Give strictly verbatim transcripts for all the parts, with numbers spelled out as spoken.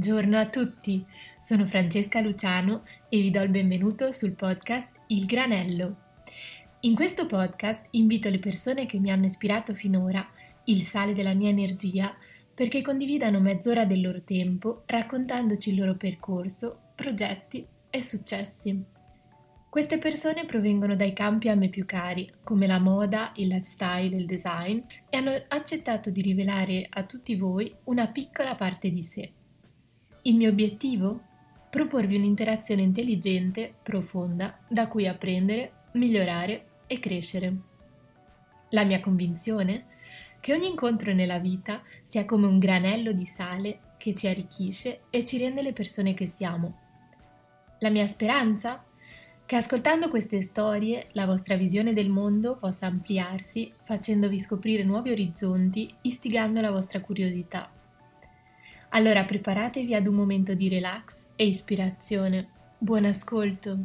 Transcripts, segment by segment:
Buongiorno a tutti, sono Francesca Luciano e vi do il benvenuto sul podcast Il Granello. In questo podcast invito le persone che mi hanno ispirato finora, il sale della mia energia, perché condividano mezz'ora del loro tempo raccontandoci il loro percorso, progetti e successi. Queste persone provengono dai campi a me più cari, come la moda, il lifestyle e il design, e hanno accettato di rivelare a tutti voi una piccola parte di sé. Il mio obiettivo? Proporvi un'interazione intelligente, profonda, da cui apprendere, migliorare e crescere. La mia convinzione? Che ogni incontro nella vita sia come un granello di sale che ci arricchisce e ci rende le persone che siamo. La mia speranza? Che ascoltando queste storie la vostra visione del mondo possa ampliarsi, facendovi scoprire nuovi orizzonti, istigando la vostra curiosità. Allora preparatevi ad un momento di relax e ispirazione. Buon ascolto!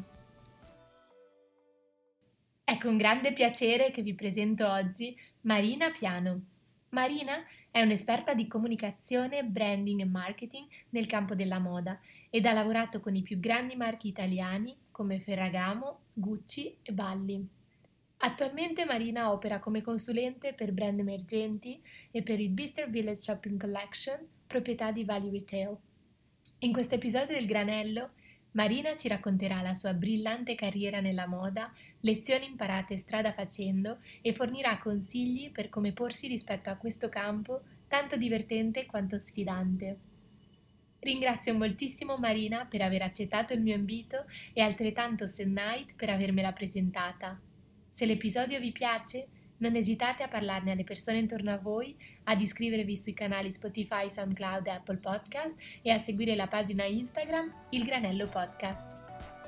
È con grande piacere che vi presento oggi Marina Piano. Marina è un'esperta di comunicazione, branding e marketing nel campo della moda ed ha lavorato con i più grandi marchi italiani come Ferragamo, Gucci e Balli. Attualmente Marina opera come consulente per brand emergenti e per il Bicester Village Shopping Collection, proprietà di Value Retail. In questo episodio del Granello, Marina ci racconterà la sua brillante carriera nella moda, lezioni imparate strada facendo e fornirà consigli per come porsi rispetto a questo campo tanto divertente quanto sfidante. Ringrazio moltissimo Marina per aver accettato il mio invito e altrettanto Sennait per avermela presentata. Se l'episodio vi piace, non esitate a parlarne alle persone intorno a voi, ad iscrivervi sui canali Spotify, SoundCloud e Apple Podcast e a seguire la pagina Instagram Il Granello Podcast.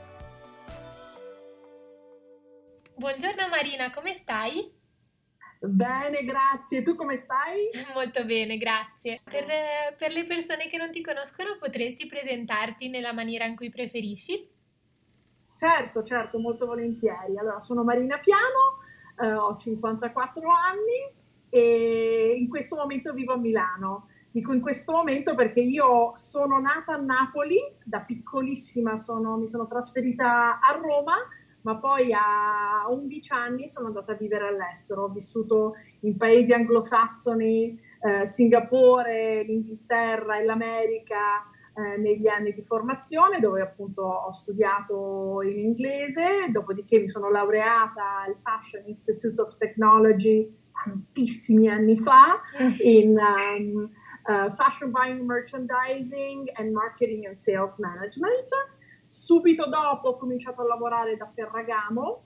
Buongiorno Marina, come stai? Bene, grazie. Tu come stai? Molto bene, grazie. Per, per le persone che non ti conoscono, potresti presentarti nella maniera in cui preferisci? Certo, certo, molto volentieri. Allora, sono Marina Piano, eh, ho cinquantaquattro anni e in questo momento vivo a Milano. Dico in questo momento perché io sono nata a Napoli, da piccolissima sono, mi sono trasferita a Roma, ma poi a undici anni sono andata a vivere all'estero. Ho vissuto in paesi anglosassoni, eh, Singapore, l'Inghilterra e l'America, Eh, negli anni di formazione, dove appunto ho studiato in inglese, dopodiché mi sono laureata al Fashion Institute of Technology tantissimi anni fa in um, uh, Fashion Buying, Merchandising and Marketing and Sales Management. Subito dopo ho cominciato a lavorare da Ferragamo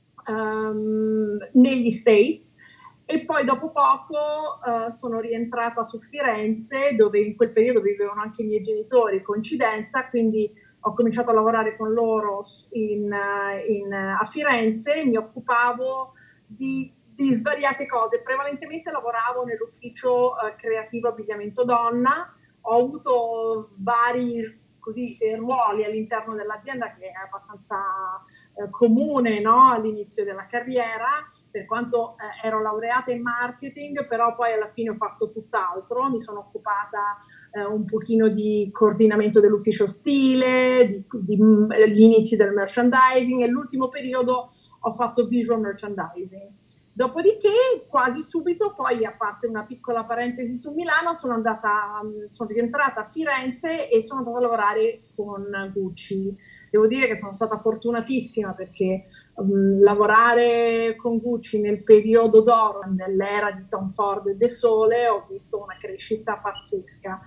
um, negli States. E poi dopo poco uh, sono rientrata su Firenze, dove in quel periodo vivevano anche i miei genitori, coincidenza, quindi ho cominciato a lavorare con loro in, in, a Firenze. Mi occupavo di, di svariate cose, prevalentemente lavoravo nell'ufficio uh, creativo abbigliamento donna. Ho avuto vari così, eh, ruoli all'interno dell'azienda, che è abbastanza eh, comune, no? All'inizio della carriera, per quanto eh, ero laureata in marketing, però poi alla fine ho fatto tutt'altro. Mi sono occupata eh, un pochino di coordinamento dell'ufficio stile, di, di, di, gli inizi del merchandising, e l'ultimo periodo ho fatto visual merchandising. Dopodiché, quasi subito, poi, a parte una piccola parentesi su Milano, sono andata, sono rientrata a Firenze e sono andata a lavorare con Gucci. Devo dire che sono stata fortunatissima perché um, lavorare con Gucci nel periodo d'oro, nell'era di Tom Ford e De Sole, ho visto una crescita pazzesca.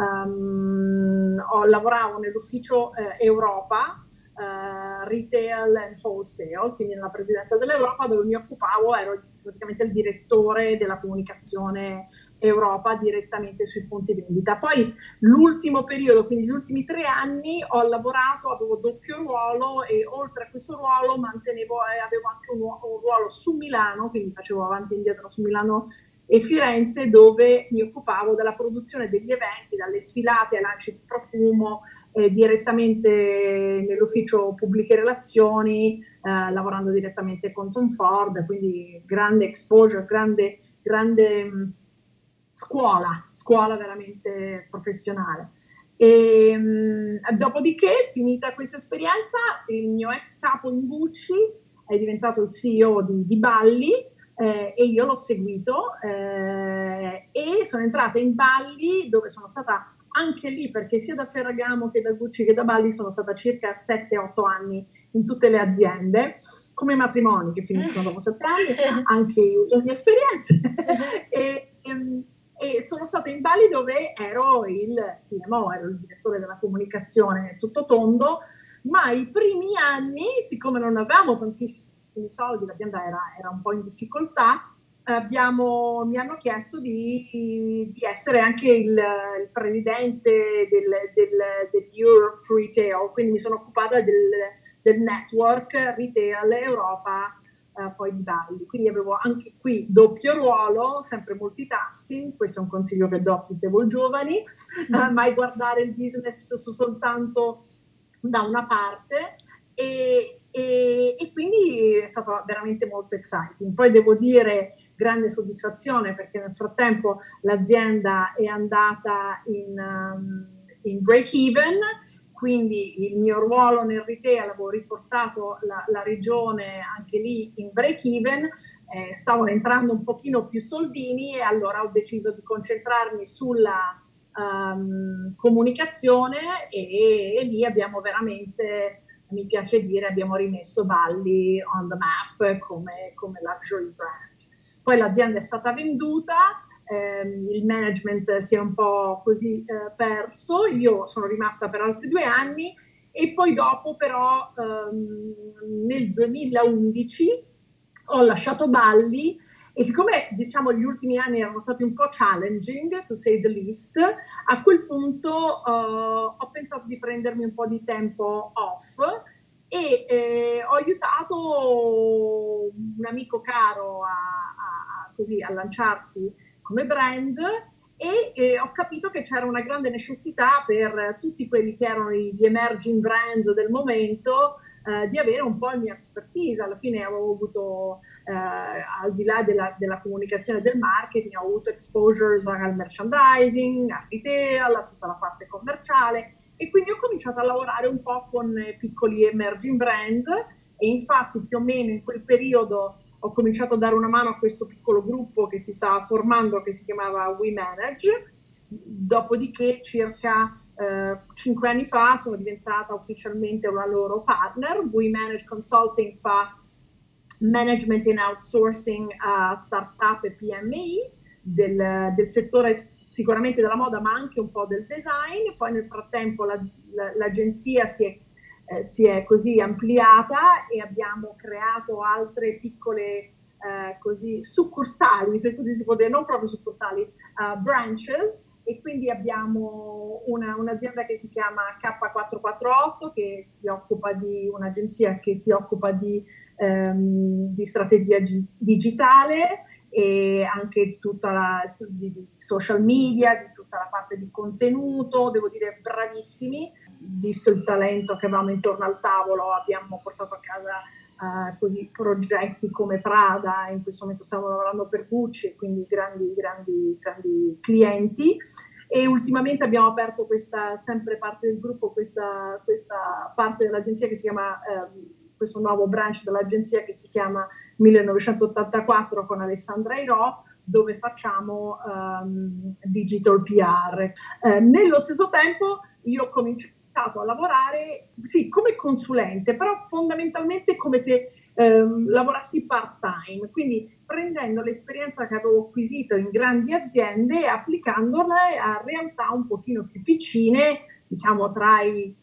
Um, ho, lavoravo nell'ufficio eh, Europa, Uh, retail and wholesale, quindi nella presidenza dell'Europa, dove mi occupavo, ero praticamente il direttore della comunicazione Europa direttamente sui punti vendita. Poi l'ultimo periodo, quindi gli ultimi tre anni, ho lavorato, avevo doppio ruolo, e oltre a questo ruolo mantenevo e avevo anche un, un ruolo su Milano, quindi facevo avanti e indietro su Milano e Firenze, dove mi occupavo della produzione degli eventi, dalle sfilate ai lanci di profumo, eh, direttamente nell'ufficio pubbliche relazioni, eh, lavorando direttamente con Tom Ford, quindi grande exposure, grande, grande mh, scuola, scuola veramente professionale. E mh, dopodiché, finita questa esperienza, il mio ex capo in Gucci è diventato il C E O di, di Balli, eh, e io l'ho seguito, eh, e sono entrata in Balli, dove sono stata anche lì, perché sia da Ferragamo che da Gucci che da Balli sono stata circa sette otto anni in tutte le aziende, come i matrimoni che finiscono dopo sette anni, anche le mie esperienze. e, e, e sono stata in Bali, dove ero il C M O, ero il direttore della comunicazione tutto tondo, ma i primi anni, siccome non avevamo tantissimi soldi, l'azienda era, era un po' in difficoltà, abbiamo, mi hanno chiesto di, di essere anche il, il presidente del, del, dell'Europe Retail, quindi mi sono occupata del, del network retail Europa, Uh, poi di Balli, quindi avevo anche qui doppio ruolo, sempre multitasking. Questo è un consiglio che do a tutte voi giovani, uh, mai guardare il business su soltanto da una parte, e, e, e quindi è stato veramente molto exciting. Poi devo dire grande soddisfazione, perché nel frattempo l'azienda è andata in, um, in break even, quindi il mio ruolo nel retail, avevo riportato la, la regione anche lì in break even, eh, stavano entrando un pochino più soldini, e allora ho deciso di concentrarmi sulla um, comunicazione, e, e lì abbiamo veramente, mi piace dire, abbiamo rimesso Balli on the map come, come luxury brand. Poi l'azienda è stata venduta, ehm, il management si è un po' così eh, perso, io sono rimasta per altri due anni, e poi dopo però ehm, nel duemilaundici ho lasciato Balli, e siccome diciamo gli ultimi anni erano stati un po' challenging, to say the least, a quel punto uh, ho pensato di prendermi un po' di tempo off, e eh, ho aiutato un amico caro a, a, a, così, a lanciarsi come brand, e eh, ho capito che c'era una grande necessità per tutti quelli che erano gli emerging brands del momento, eh, di avere un po' il mio expertise. Alla fine avevo avuto, eh, al di là della, della comunicazione e del marketing, ho avuto exposures al merchandising, al retail, a tutta la parte commerciale, e quindi ho cominciato a lavorare un po' con piccoli emerging brand, e infatti più o meno in quel periodo ho cominciato a dare una mano a questo piccolo gruppo che si stava formando, che si chiamava We Manage. Dopodiché circa eh, cinque anni fa sono diventata ufficialmente una loro partner. We Manage Consulting fa management and outsourcing a startup e P M I del, del settore sicuramente della moda, ma anche un po' del design. Poi nel frattempo la, la, l'agenzia si è, eh, si è così ampliata, e abbiamo creato altre piccole eh, così succursali, se così si può dire, non proprio succursali, uh, branches, e quindi abbiamo una, un'azienda che si chiama K quattrocentoquarantotto, che si occupa di un'agenzia che si occupa di, ehm, di strategia gi- digitale, e anche tutta la di, di social media, di tutta la parte di contenuto. Devo dire bravissimi, visto il talento che avevamo intorno al tavolo, abbiamo portato a casa uh, così progetti come Prada. In questo momento stiamo lavorando per Gucci, quindi grandi grandi grandi clienti, e ultimamente abbiamo aperto questa, sempre parte del gruppo, questa, questa parte dell'agenzia che si chiama eh, questo nuovo branch dell'agenzia che si chiama millenovecentottantaquattro, con Alessandra Airò, dove facciamo um, digital P R. Eh, nello stesso tempo io ho cominciato a lavorare, sì, come consulente, però fondamentalmente come se ehm, lavorassi part-time, quindi prendendo l'esperienza che avevo acquisito in grandi aziende e applicandola a realtà un pochino più piccine, diciamo tra i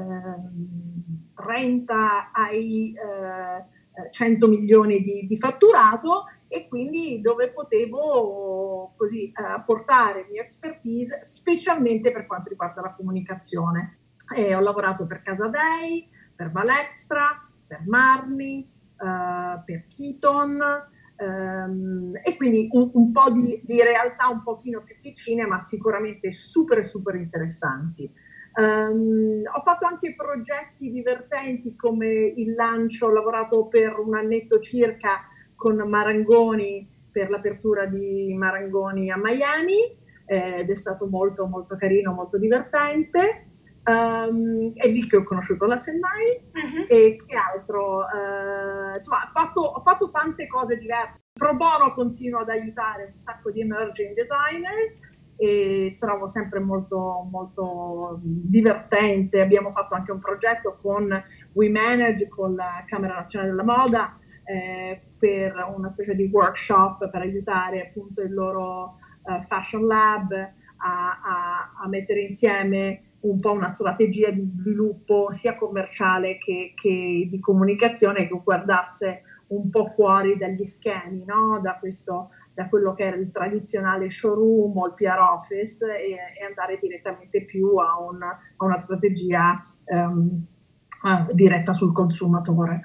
eh, trenta ai eh, cento milioni di, di fatturato, e quindi dove potevo così eh, portare il mio expertise, specialmente per quanto riguarda la comunicazione. E ho lavorato per Casadei, per Valextra, per Marni, uh, per Keaton, um, e quindi un, un po' di, di realtà un pochino più piccine, ma sicuramente super super interessanti. Um, ho fatto anche progetti divertenti, come il lancio, ho lavorato per un annetto circa con Marangoni per l'apertura di Marangoni a Miami. ed è stato molto molto carino, molto divertente. Um, è lì che ho conosciuto la Sennai. Uh-huh. E che altro? Uh, insomma, ho fatto, ho fatto tante cose diverse. Pro bono continuo ad aiutare un sacco di emerging designers e trovo sempre molto molto divertente. Abbiamo fatto anche un progetto con We Manage, con la Camera Nazionale della Moda, eh, per una specie di workshop per aiutare appunto il loro uh, Fashion Lab a, a, a mettere insieme un po' una strategia di sviluppo sia commerciale che, che di comunicazione, che guardasse un po' fuori dagli schemi, no? Da questo, da quello che era il tradizionale showroom o il P R office, e, e andare direttamente più a, un, a una strategia um, uh, diretta sul consumatore.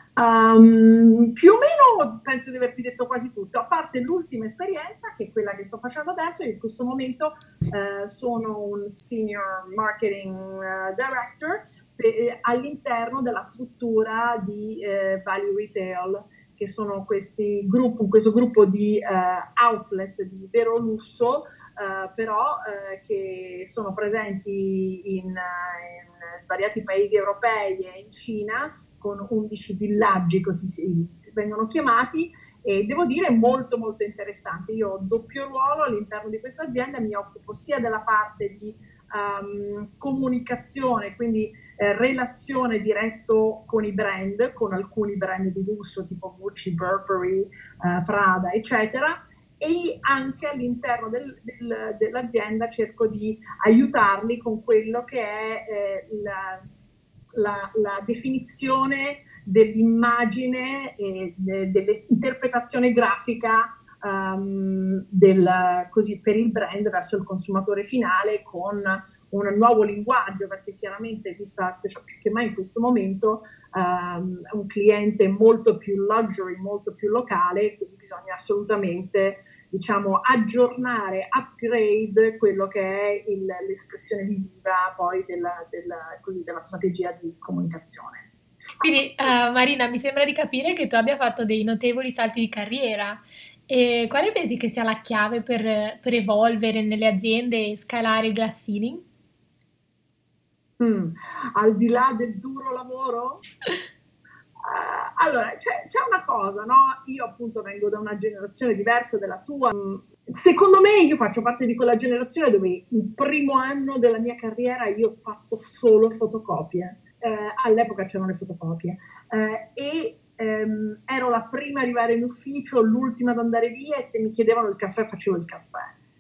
Um, più o meno penso di averti detto quasi tutto, a parte l'ultima esperienza che è quella che sto facendo adesso. In questo momento uh, sono un senior marketing uh, director pe- all'interno della struttura di uh, Value Retail, che sono questi gruppi, questo gruppo di uh, outlet di vero lusso, uh, però uh, che sono presenti in, uh, in svariati paesi europei e in Cina, con undici villaggi, così si vengono chiamati, e devo dire molto molto interessante. Io ho doppio ruolo all'interno di questa azienda, mi occupo sia della parte di um, comunicazione, quindi eh, relazione diretto con i brand, con alcuni brand di lusso tipo Gucci, Burberry, uh, Prada, eccetera, e anche all'interno del, del, dell'azienda cerco di aiutarli con quello che è eh, il La, la definizione dell'immagine e de, dell'interpretazione grafica um, del, così, per il brand verso il consumatore finale, con un nuovo linguaggio, perché chiaramente, vista special, più che mai in questo momento, um, un cliente molto più luxury, molto più locale, quindi bisogna assolutamente, diciamo, aggiornare, upgrade quello che è il, l'espressione visiva poi della, della, così, della strategia di comunicazione. Quindi uh, Marina, mi sembra di capire che tu abbia fatto dei notevoli salti di carriera. E quale pensi che sia la chiave per, per evolvere nelle aziende e scalare il glass ceiling? Mm. Al di là del duro lavoro? Uh, allora, c'è, c'è una cosa, no? Io appunto vengo da una generazione diversa dalla tua. Secondo me io faccio parte di quella generazione dove il primo anno della mia carriera io ho fatto solo fotocopie. Eh, all'epoca c'erano le fotocopie. Eh, e ehm, ero la prima a arrivare in ufficio, l'ultima ad andare via, e se mi chiedevano il caffè facevo il caffè.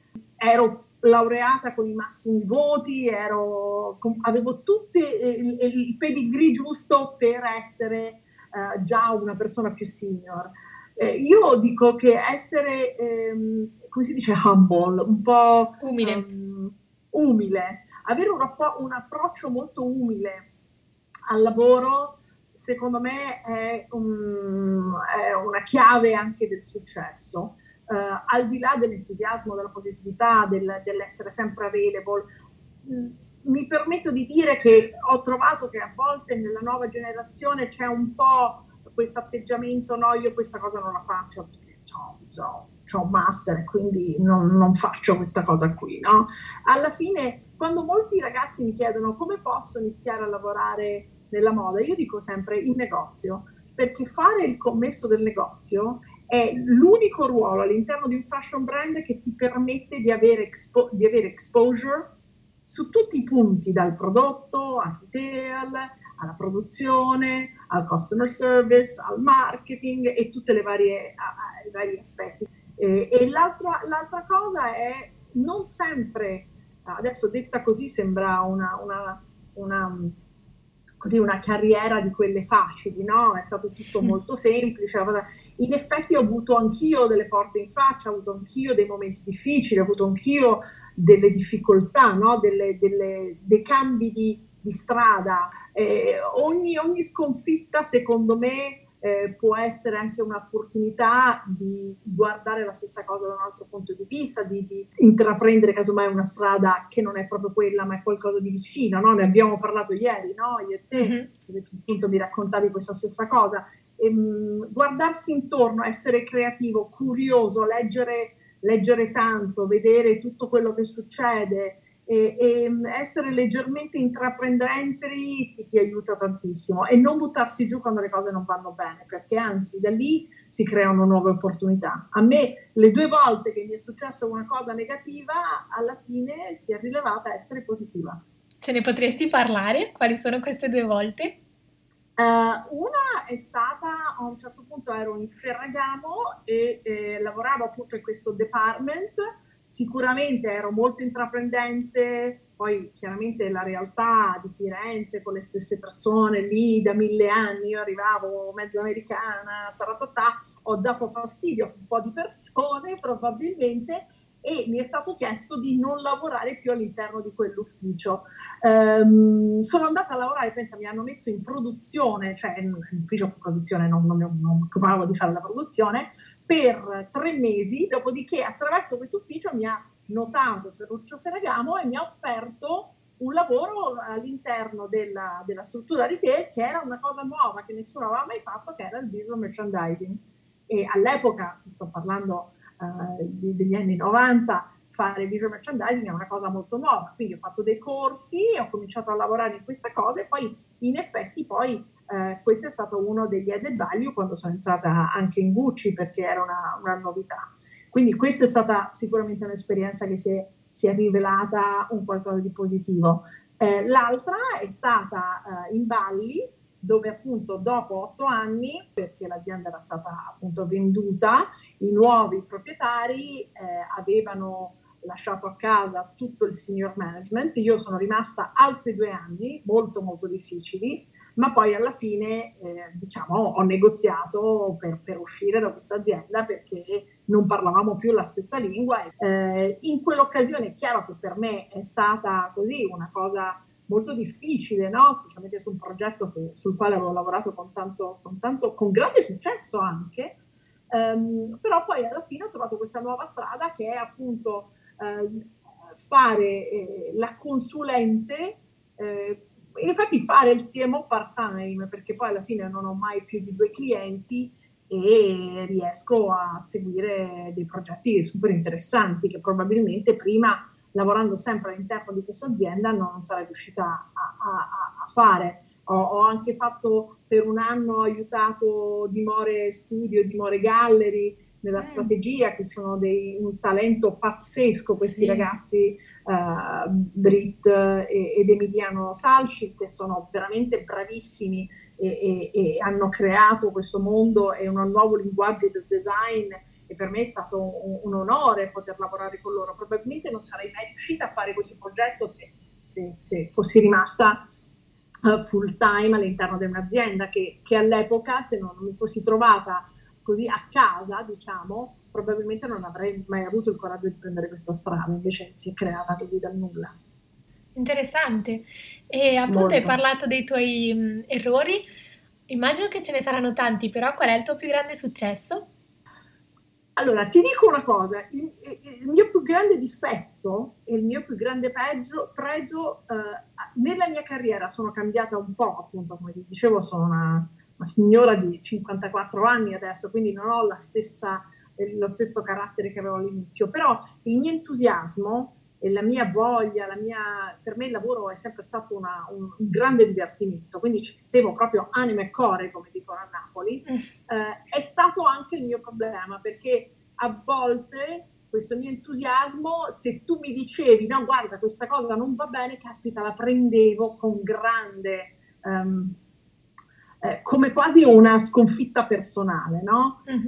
Ero laureata con i massimi voti, ero, avevo tutti il, il pedigree giusto per essere Uh, già una persona più senior. Eh, io dico che essere, ehm, come si dice, humble, un po' umile, um, umile, avere un, rappo- un approccio molto umile al lavoro, secondo me è, un, è una chiave anche del successo. Uh, al di là dell'entusiasmo, della positività, del, dell'essere sempre available, mh, mi permetto di dire che ho trovato che a volte nella nuova generazione c'è un po' questo atteggiamento: no, io questa cosa non la faccio perché ho un master e quindi non, non faccio questa cosa qui, no? Alla fine, quando molti ragazzi mi chiedono come posso iniziare a lavorare nella moda, io dico sempre il negozio, perché fare il commesso del negozio è l'unico ruolo all'interno di un fashion brand che ti permette di avere, expo- di avere exposure su tutti i punti, dal prodotto al retail, alla produzione, al customer service, al marketing e tutti i vari aspetti. E, e l'altra, l'altra cosa è non sempre, adesso detta così sembra una, una, una, così una carriera di quelle facili, no? È stato tutto molto semplice. In effetti ho avuto anch'io delle porte in faccia, ho avuto anch'io dei momenti difficili, ho avuto anch'io delle difficoltà, no? delle, delle, dei cambi di, di strada. Eh, ogni, ogni sconfitta, secondo me, Eh, può essere anche un'opportunità di guardare la stessa cosa da un altro punto di vista, di, di intraprendere casomai una strada che non è proprio quella, ma è qualcosa di vicino, no? Ne abbiamo parlato ieri, no? Io e te, mm-hmm. Tu appunto mi raccontavi questa stessa cosa. E, mh, guardarsi intorno, essere creativo, curioso, leggere leggere tanto, vedere tutto quello che succede e, e essere leggermente intraprendenti ti, ti aiuta tantissimo, e non buttarsi giù quando le cose non vanno bene, perché anzi da lì si creano nuove opportunità. A me le due volte che mi è successo una cosa negativa, alla fine si è rilevata essere positiva. Ce ne potresti parlare? Quali sono queste due volte? Uh, una è stata, a un certo punto ero in Ferragamo e eh, lavoravo appunto in questo department, sicuramente ero molto intraprendente, poi chiaramente la realtà di Firenze con le stesse persone lì da mille anni, io arrivavo mezzo americana, taratata, ho dato fastidio a un po' di persone probabilmente, e mi è stato chiesto di non lavorare più all'interno di quell'ufficio. Um, sono andata a lavorare, pensa, mi hanno messo in produzione, cioè in, in ufficio di produzione, non, non, non mi occupavo di fare la produzione, per tre mesi, dopodiché attraverso questo ufficio mi ha notato Ferruccio Ferragamo e mi ha offerto un lavoro all'interno della, della struttura retail, che era una cosa nuova che nessuno aveva mai fatto, che era il visual merchandising. E all'epoca, ti sto parlando uh, di, degli anni novanta, fare visual merchandising è una cosa molto nuova, quindi ho fatto dei corsi, ho cominciato a lavorare in questa cosa e poi in effetti poi eh, questo è stato uno degli added value quando sono entrata anche in Gucci, perché era una, una novità. Quindi questa è stata sicuramente un'esperienza che si è, si è rivelata un qualcosa di positivo. Eh, l'altra è stata eh, in Bali, dove appunto dopo otto anni, perché l'azienda era stata appunto venduta, i nuovi proprietari eh, avevano lasciato a casa tutto il senior management. Io sono rimasta altri due anni molto molto difficili, ma poi alla fine eh, diciamo ho negoziato per, per uscire da questa azienda, perché non parlavamo più la stessa lingua. Eh, in quell'occasione è chiaro che per me è stata così una cosa molto difficile, no? Specialmente su un progetto che, sul quale avevo lavorato con tanto, con tanto, con grande successo anche, um, però poi alla fine ho trovato questa nuova strada che è appunto eh, fare eh, la consulente, eh, in effetti fare il C M O part time, perché poi alla fine non ho mai più di due clienti e riesco a seguire dei progetti super interessanti che probabilmente prima, lavorando sempre all'interno di questa azienda, non sarei riuscita a, a, a fare. Ho, ho anche fatto per un anno, ho aiutato Dimore Studio, Dimore Gallery nella mm. strategia, che sono dei, un talento pazzesco questi sì. ragazzi, uh, Brit e, ed Emiliano Salci, che sono veramente bravissimi e, e, e hanno creato questo mondo e un nuovo linguaggio del design, e per me è stato un, un onore poter lavorare con loro. Probabilmente non sarei mai riuscita a fare questo progetto se, se, se fossi rimasta uh, full time all'interno di un'azienda che, che all'epoca, se non mi fossi trovata così a casa, diciamo, probabilmente non avrei mai avuto il coraggio di prendere questa strada, invece si è creata così dal nulla. Interessante. E appunto Molto. Hai parlato dei tuoi mh, errori, immagino che ce ne saranno tanti, però qual è il tuo più grande successo? Allora, ti dico una cosa, il, il mio più grande difetto e il mio più grande peggio, pregio, eh, nella mia carriera sono cambiata un po', appunto, come ti dicevo, sono una una signora di cinquantaquattro anni adesso, quindi non ho la stessa, eh, lo stesso carattere che avevo all'inizio, però il mio entusiasmo e la mia voglia, la mia, per me il lavoro è sempre stato una, un, un grande divertimento, quindi ci mettevo proprio anima e core, come dicono a Napoli, eh, è stato anche il mio problema, perché a volte questo mio entusiasmo, se tu mi dicevi no guarda questa cosa non va bene, caspita, la prendevo con grande... Um, Eh, come quasi una sconfitta personale, no? Uh-huh.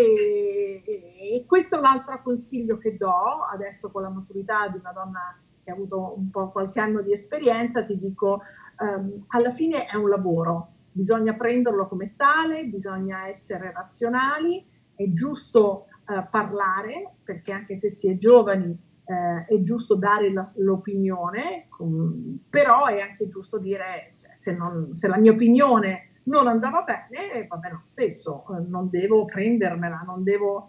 E, e, e questo è un altro consiglio che do, adesso con la maturità di una donna che ha avuto un po' qualche anno di esperienza, ti dico, um, alla fine è un lavoro, bisogna prenderlo come tale, bisogna essere razionali, è giusto uh, parlare, perché anche se si è giovani, Eh, è giusto dare la, l'opinione, com, però è anche giusto dire se, non, se la mia opinione non andava bene, va bene lo stesso, eh, non devo prendermela, non devo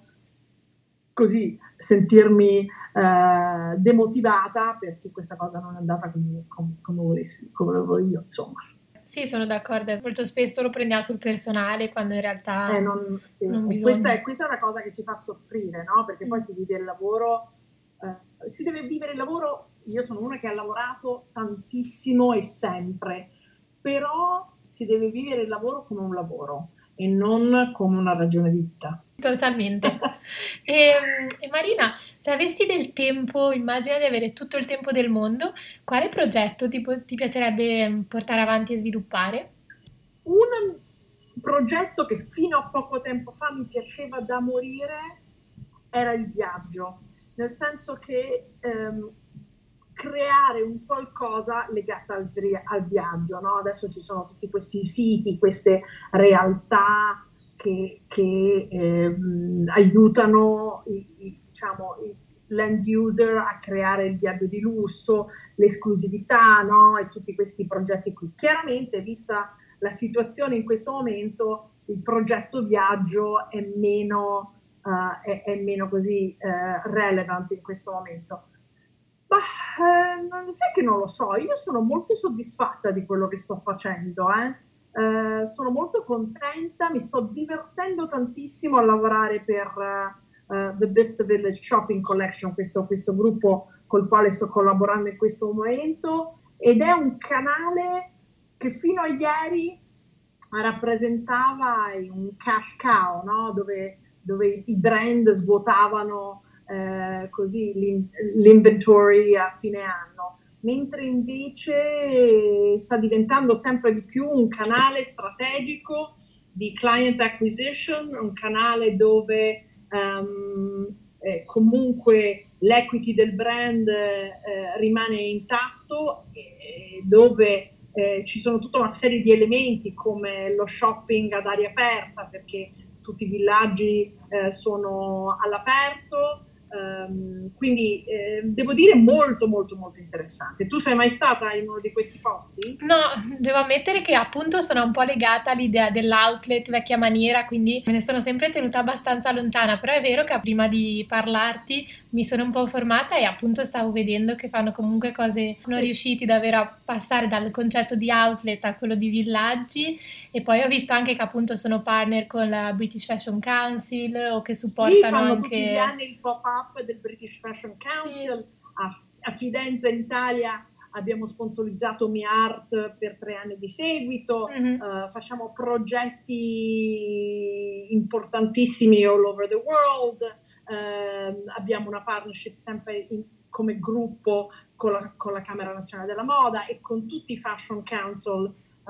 così sentirmi eh, demotivata perché questa cosa non è andata come, come, come, volessi, come volevo io, insomma. sì, sono d'accordo, molto spesso lo prendiamo sul personale quando in realtà eh, non, eh, non e questa, bisogna. è, questa è una cosa che ci fa soffrire, no? Perché poi Mm. si vive il lavoro, eh, si deve vivere il lavoro, io sono una che ha lavorato tantissimo e sempre, però si deve vivere il lavoro come un lavoro e non come una ragione di vita. Totalmente. E, e Marina, se avessi del tempo, immagina di avere tutto il tempo del mondo, quale progetto ti, po- ti piacerebbe portare avanti e sviluppare? Un progetto che fino a poco tempo fa mi piaceva da morire era il viaggio, nel senso che ehm, creare un qualcosa legato al, al viaggio, no? Adesso ci sono tutti questi siti, queste realtà che, che ehm, aiutano i, i, diciamo, i l'end user a creare il viaggio di lusso, l'esclusività, no? E tutti questi progetti qui. Chiaramente, vista la situazione in questo momento, il progetto viaggio è meno, uh, è, è meno così uh, relevant in questo momento. Ma eh, non sai che non lo so, io sono molto soddisfatta di quello che sto facendo, eh? Eh, sono molto contenta, mi sto divertendo tantissimo a lavorare per uh, The Best Village Shopping Collection, questo, questo gruppo col quale sto collaborando in questo momento, ed è un canale che fino a ieri rappresentava un cash cow, no? dove, dove i brand svuotavano eh, così l'inventory a fine anno, mentre invece sta diventando sempre di più un canale strategico di client acquisition, un canale dove um, eh, comunque l'equity del brand eh, rimane intatto, e dove eh, ci sono tutta una serie di elementi come lo shopping ad aria aperta, perché tutti i villaggi eh, sono all'aperto, um, quindi eh, devo dire molto molto molto interessante. Tu sei mai stata in uno di questi posti? No, devo ammettere che appunto sono un po' legata all'idea dell'outlet vecchia maniera, quindi me ne sono sempre tenuta abbastanza lontana, però è vero che prima di parlarti mi sono un po' formata e appunto stavo vedendo che fanno comunque cose, sono Sì. riusciti davvero a passare dal concetto di outlet a quello di villaggi, e poi ho visto anche che appunto sono partner con la British Fashion Council o che supportano sì, fanno anche... tutti gli anni il pop-up del British Fashion Council, Sì. a, a Fidenza in Italia abbiamo sponsorizzato Mi Art per tre anni di seguito, mm-hmm. uh, facciamo progetti importantissimi all over the world, uh, abbiamo una partnership sempre in, come gruppo con la, con la Camera Nazionale della Moda e con tutti i Fashion Council uh,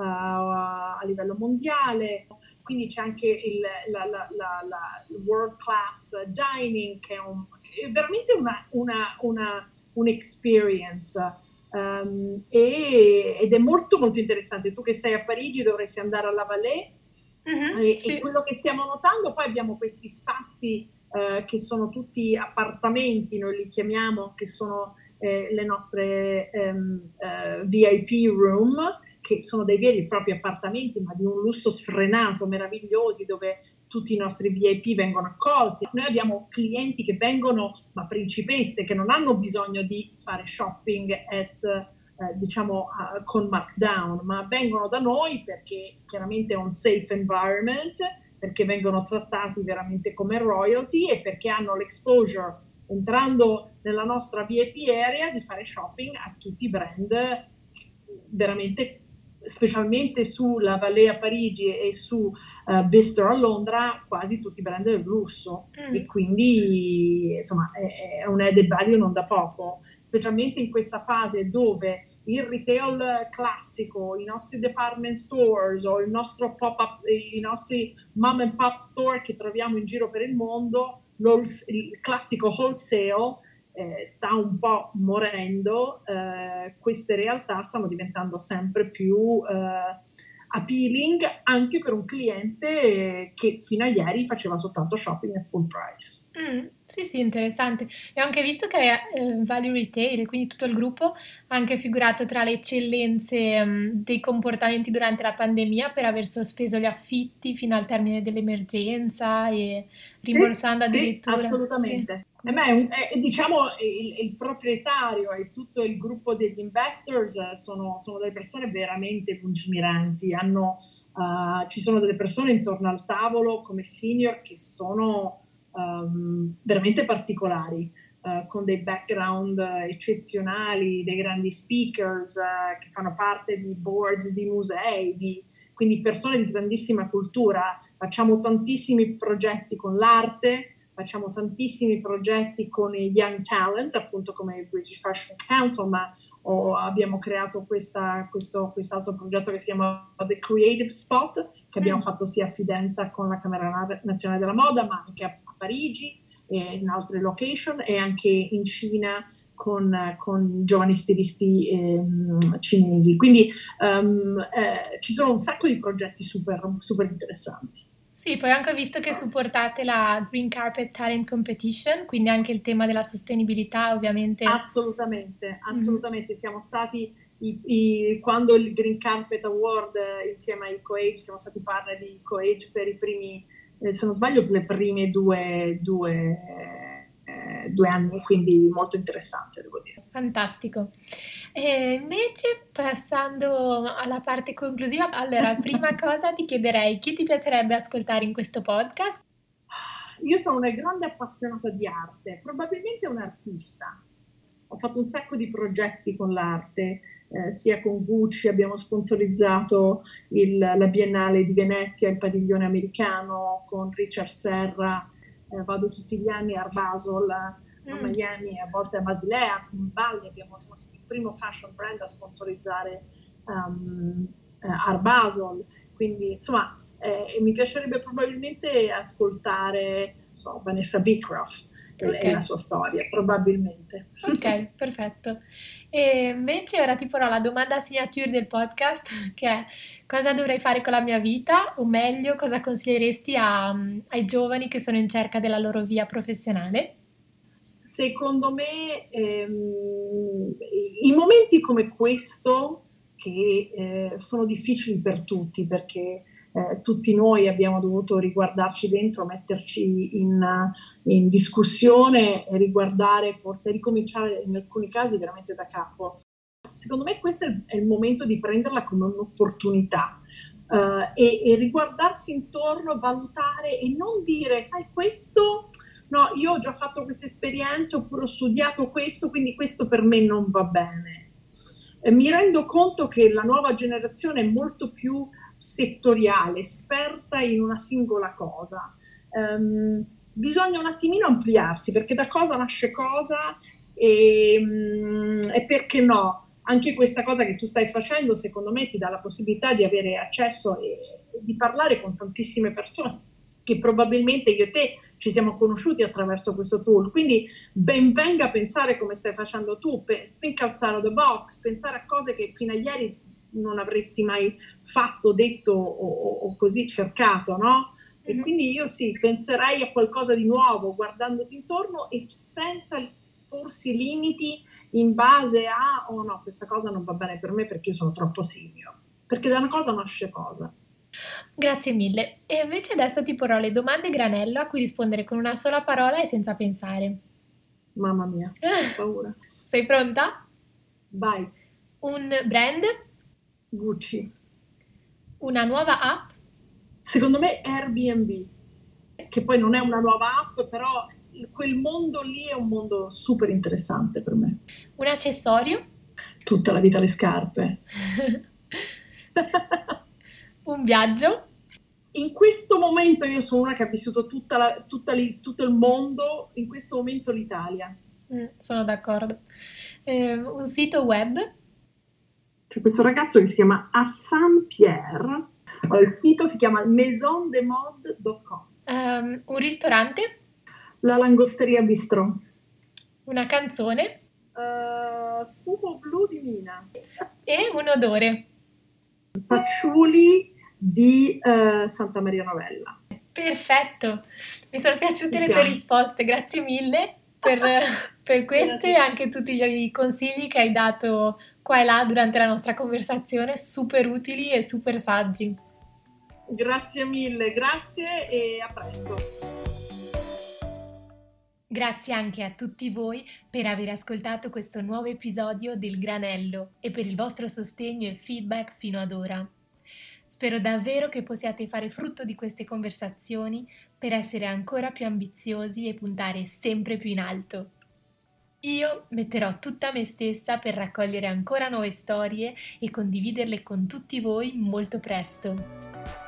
a livello mondiale, quindi c'è anche il, la, la, la, la World Class Dining, che è, un, è veramente una, una, una, un'experience. Um, e, ed è molto molto interessante. Tu che sei a Parigi dovresti andare alla Vallée, mm-hmm, e, sì. E quello che stiamo notando, poi abbiamo questi spazi eh, che sono tutti appartamenti, noi li chiamiamo, che sono eh, le nostre ehm, eh, V I P room, che sono dei veri e propri appartamenti, ma di un lusso sfrenato, meravigliosi, dove tutti i nostri V I P vengono accolti. Noi abbiamo clienti che vengono, ma principesse, che non hanno bisogno di fare shopping at, eh, diciamo, uh, con markdown, ma vengono da noi perché chiaramente è un safe environment, perché vengono trattati veramente come royalty e perché hanno l'exposure, entrando nella nostra V I P area, di fare shopping a tutti i brand veramente, specialmente sulla Vallée a Parigi e su uh, Bicester a Londra, quasi tutti i brand del lusso, mm. E quindi insomma è, è un added value non da poco, specialmente in questa fase dove il retail classico, i nostri department stores o il nostro pop-up, i nostri mom and pop store che troviamo in giro per il mondo, il classico wholesale Eh, sta un po' morendo, eh, queste realtà stanno diventando sempre più eh, appealing anche per un cliente che fino a ieri faceva soltanto shopping a full price. Mm, sì, sì, interessante. E ho anche visto che eh, Value Retail, quindi tutto il gruppo, ha anche figurato tra le eccellenze um, dei comportamenti durante la pandemia per aver sospeso gli affitti fino al termine dell'emergenza e rimborsando sì, addirittura. Sì, assolutamente. Sì. A me è, un, è diciamo il, il proprietario e tutto il gruppo degli investors sono, sono delle persone veramente lungimiranti, hanno, uh, ci sono delle persone intorno al tavolo come senior che sono um, veramente particolari, uh, con dei background eccezionali, dei grandi speakers uh, che fanno parte di boards di musei, di, quindi persone di grandissima cultura. Facciamo tantissimi progetti con l'arte, facciamo tantissimi progetti con i Young Talent, appunto come il British Fashion Council, ma oh, abbiamo creato questa, questo quest'altro progetto che si chiama The Creative Spot, che abbiamo mm. fatto sia a Fidenza con la Camera Nazionale della Moda, ma anche a, a Parigi e in altre location, e anche in Cina con, con giovani stilisti eh, cinesi. Quindi um, eh, ci sono un sacco di progetti super, super interessanti. Sì, poi anche ho visto che supportate la Green Carpet Talent Competition, quindi anche il tema della sostenibilità ovviamente. Assolutamente, assolutamente. Mm-hmm. Siamo stati, i, i, quando il Green Carpet Award eh, insieme ai CoAge, siamo stati partner di CoAge per i primi, eh, se non sbaglio, le prime due, due, eh, due anni, quindi molto interessante, devo dire. Fantastico. E invece, passando alla parte conclusiva, allora, prima cosa ti chiederei chi ti piacerebbe ascoltare in questo podcast? Io sono una grande appassionata di arte, probabilmente un artista. Ho fatto un sacco di progetti con l'arte, eh, sia con Gucci, abbiamo sponsorizzato il, la Biennale di Venezia, il padiglione americano, con Richard Serra, eh, vado tutti gli anni a Art Basel, a mm. Miami, a volte a Basilea, con Balli, abbiamo, siamo stati il primo fashion brand a sponsorizzare um, uh, Art Basel, quindi insomma eh, mi piacerebbe probabilmente ascoltare so, Vanessa Beecroft, okay. E la sua storia, probabilmente. Ok, perfetto. E invece ora ti porrò la domanda signature del podcast, che è: cosa dovrei fare con la mia vita? O meglio, cosa consiglieresti a, ai giovani che sono in cerca della loro via professionale? Secondo me ehm, i momenti come questo, che eh, sono difficili per tutti, perché Eh, tutti noi abbiamo dovuto riguardarci dentro, metterci in, in discussione e riguardare, forse ricominciare in alcuni casi veramente da capo. Secondo me questo è il, è il momento di prenderla come un'opportunità uh, e, e riguardarsi intorno, valutare e non dire, sai, questo, no, io ho già fatto questa esperienza oppure ho studiato questo, quindi questo per me non va bene. Mi rendo conto che la nuova generazione è molto più settoriale, esperta in una singola cosa. Um, bisogna un attimino ampliarsi, perché da cosa nasce cosa e, um, e perché no? Anche questa cosa che tu stai facendo, secondo me, ti dà la possibilità di avere accesso e, e di parlare con tantissime persone che probabilmente io e te ci siamo conosciuti attraverso questo tool, quindi ben venga a pensare come stai facendo tu, think outside of the box, pensare a cose che fino a ieri non avresti mai fatto, detto o, o così cercato, no? E quindi io sì, penserei a qualcosa di nuovo, guardandosi intorno e senza porsi limiti in base a, oh no, questa cosa non va bene per me perché io sono troppo senior, perché da una cosa nasce cosa. Grazie mille. E invece adesso ti porrò le domande granello a cui rispondere con una sola parola e senza pensare. Mamma mia, ho paura. Sei pronta? Vai. Un brand? Gucci. Una nuova app? Secondo me Airbnb, che poi non è una nuova app, però quel mondo lì è un mondo super interessante per me. Un accessorio? Tutta la vita le scarpe. Un viaggio? In questo momento io sono una che ha vissuto tutta la, tutta li, tutto il mondo, in questo momento l'Italia. Mm, sono d'accordo. Eh, un sito web? C'è questo ragazzo che si chiama Hassan Pierre, il sito si chiama maison de mode punto com. Um, un ristorante? La Langosteria Bistrò. Una canzone? Uh, Fumo blu di Mina. E un odore? Patchouli di uh, Santa Maria Novella. Perfetto, mi sono piaciute le tue risposte, grazie mille per, per queste e anche tutti gli consigli che hai dato qua e là durante la nostra conversazione, super utili e super saggi. Grazie mille, grazie e a presto. Grazie anche a tutti voi per aver ascoltato questo nuovo episodio del Granello e per il vostro sostegno e feedback fino ad ora. Spero davvero che possiate fare frutto di queste conversazioni per essere ancora più ambiziosi e puntare sempre più in alto. Io metterò tutta me stessa per raccogliere ancora nuove storie e condividerle con tutti voi molto presto.